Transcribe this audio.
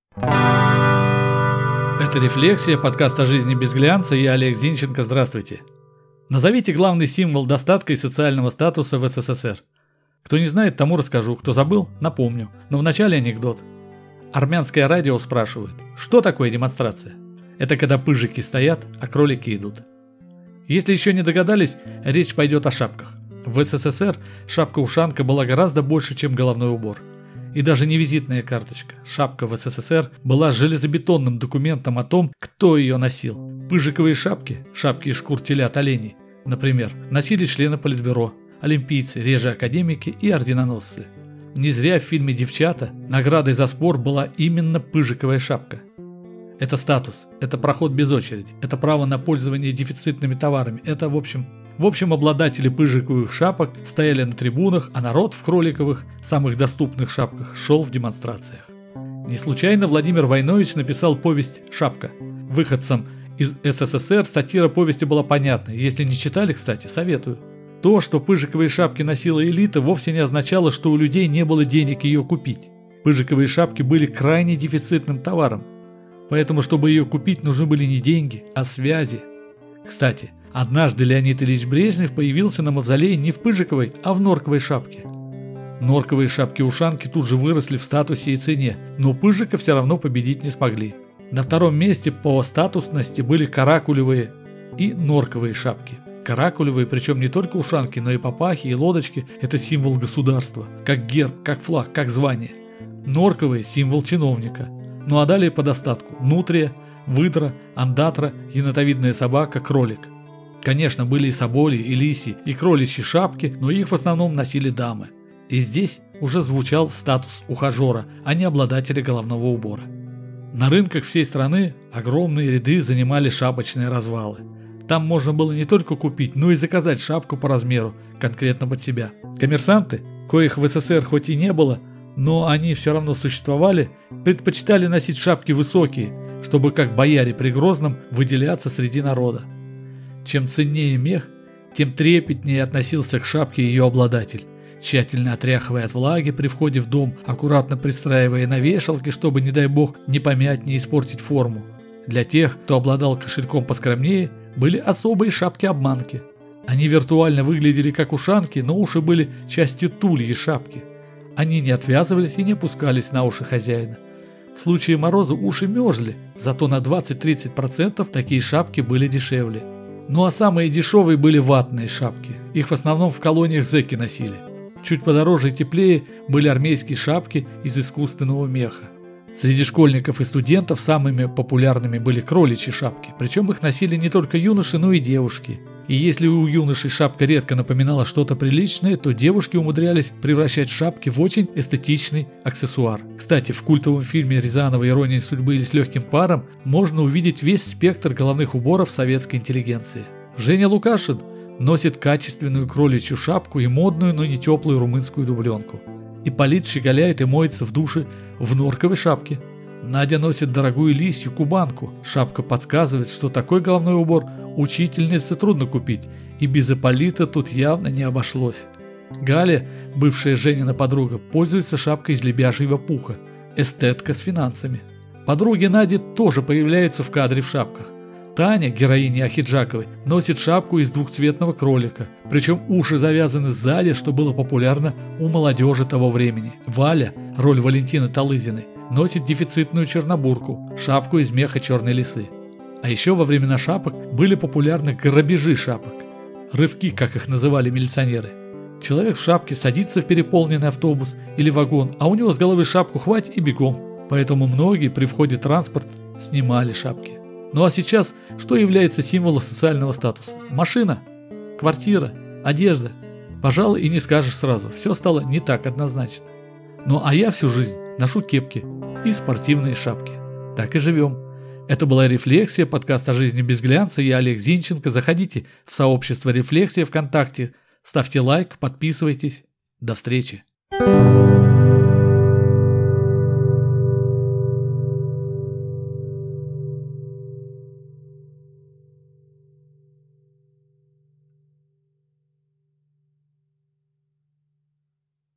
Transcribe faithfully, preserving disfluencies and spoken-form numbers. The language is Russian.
Это «Рефлексия», подкаст о жизни без глянца. Я Олег Зинченко. Здравствуйте. Назовите главный символ достатка и социального статуса в СССР. Кто не знает, тому расскажу. Кто забыл, напомню. Но вначале анекдот. Армянское радио спрашивает, что такое демонстрация? Это когда пыжики стоят, а кролики идут. Если еще не догадались, речь пойдет о шапках. В СССР шапка-ушанка была гораздо больше, чем головной убор. И даже не визитная карточка. Шапка в СССР была железобетонным документом о том, кто ее носил. Пыжиковые шапки, шапки из шкур телят оленей, например, носили члены политбюро, олимпийцы, реже академики и орденоносцы. Не зря в фильме «Девчата» наградой за спор была именно пыжиковая шапка. Это статус, это проход без очереди, это право на пользование дефицитными товарами, это в общем... В общем, обладатели пыжиковых шапок стояли на трибунах, а народ в кроликовых, самых доступных шапках, шел в демонстрациях. Не случайно Владимир Войнович написал повесть «Шапка». Выходцам из СССР сатира повести была понятна. Если не читали, кстати, советую. То, что пыжиковые шапки носила элита, вовсе не означало, что у людей не было денег ее купить. Пыжиковые шапки были крайне дефицитным товаром. Поэтому, чтобы ее купить, нужны были не деньги, а связи. Кстати, однажды Леонид Ильич Брежнев появился на мавзолее не в пыжиковой, а в норковой шапке. Норковые шапки-ушанки тут же выросли в статусе и цене, но пыжика все равно победить не смогли. На втором месте по статусности были каракулевые и норковые шапки. Каракулевые, причем не только ушанки, но и папахи и лодочки – это символ государства, как герб, как флаг, как звание. Норковые – символ чиновника. Ну а далее по достатку – нутрия, выдра, андатра, енотовидная собака, кролик. Конечно, были и соболи, и лиси, и кроличьи шапки, но их в основном носили дамы. И здесь уже звучал статус ухажера, а не обладателя головного убора. На рынках всей страны огромные ряды занимали шапочные развалы. Там можно было не только купить, но и заказать шапку по размеру, конкретно под себя. Коммерсанты, коих в СССР хоть и не было, но они все равно существовали, предпочитали носить шапки высокие, чтобы как бояре при Грозном выделяться среди народа. Чем ценнее мех, тем трепетнее относился к шапке ее обладатель, тщательно отряхивая от влаги при входе в дом, аккуратно пристраивая на вешалке, чтобы, не дай бог, не помять, не испортить форму. Для тех, кто обладал кошельком поскромнее, были особые шапки-обманки. Они виртуально выглядели как ушанки, но уши были частью тульи шапки. Они не отвязывались и не опускались на уши хозяина. В случае мороза уши мерзли, зато на двадцать-тридцать процентов такие шапки были дешевле. Ну а самые дешевые были ватные шапки. Их в основном в колониях зэки носили. Чуть подороже и теплее были армейские шапки из искусственного меха. Среди школьников и студентов самыми популярными были кроличьи шапки, причем их носили не только юноши, но и девушки. И если у юношей шапка редко напоминала что-то приличное, то девушки умудрялись превращать шапки в очень эстетичный аксессуар. Кстати, в культовом фильме Рязанова «Ирония судьбы» или «С легким паром» можно увидеть весь спектр головных уборов советской интеллигенции. Женя Лукашин носит качественную кроличью шапку и модную, но не теплую румынскую дубленку. Ипполит щеголяет и моется в душе в норковой шапке. Надя носит дорогую лисью кубанку. Шапка подсказывает, что такой головной убор учительнице трудно купить, и без Ипполита тут явно не обошлось. Галя, бывшая Женина подруга, пользуется шапкой из лебяжьего пуха. Эстетка с финансами. Подруги Нади тоже появляются в кадре в шапках. Таня, героиня Ахиджаковой, носит шапку из двухцветного кролика, причем уши завязаны сзади, что было популярно у молодежи того времени. Валя, роль Валентины Талызиной, носит дефицитную чернобурку, шапку из меха черной лисы. А еще во времена шапок были популярны грабежи шапок. Рывки, как их называли милиционеры. Человек в шапке садится в переполненный автобус или вагон, а у него с головы шапку хвать и бегом. Поэтому многие при входе в транспорт снимали шапки. Ну а сейчас, что является символом социального статуса? Машина, квартира, одежда. Пожалуй, и не скажешь сразу, все стало не так однозначно. Ну а я всю жизнь ношу кепки и спортивные шапки. Так и живем. Это была «Рефлексия», подкаст о жизни без глянца. Я Олег Зинченко. Заходите в сообщество «Рефлексия» ВКонтакте, ставьте лайк, подписывайтесь. До встречи.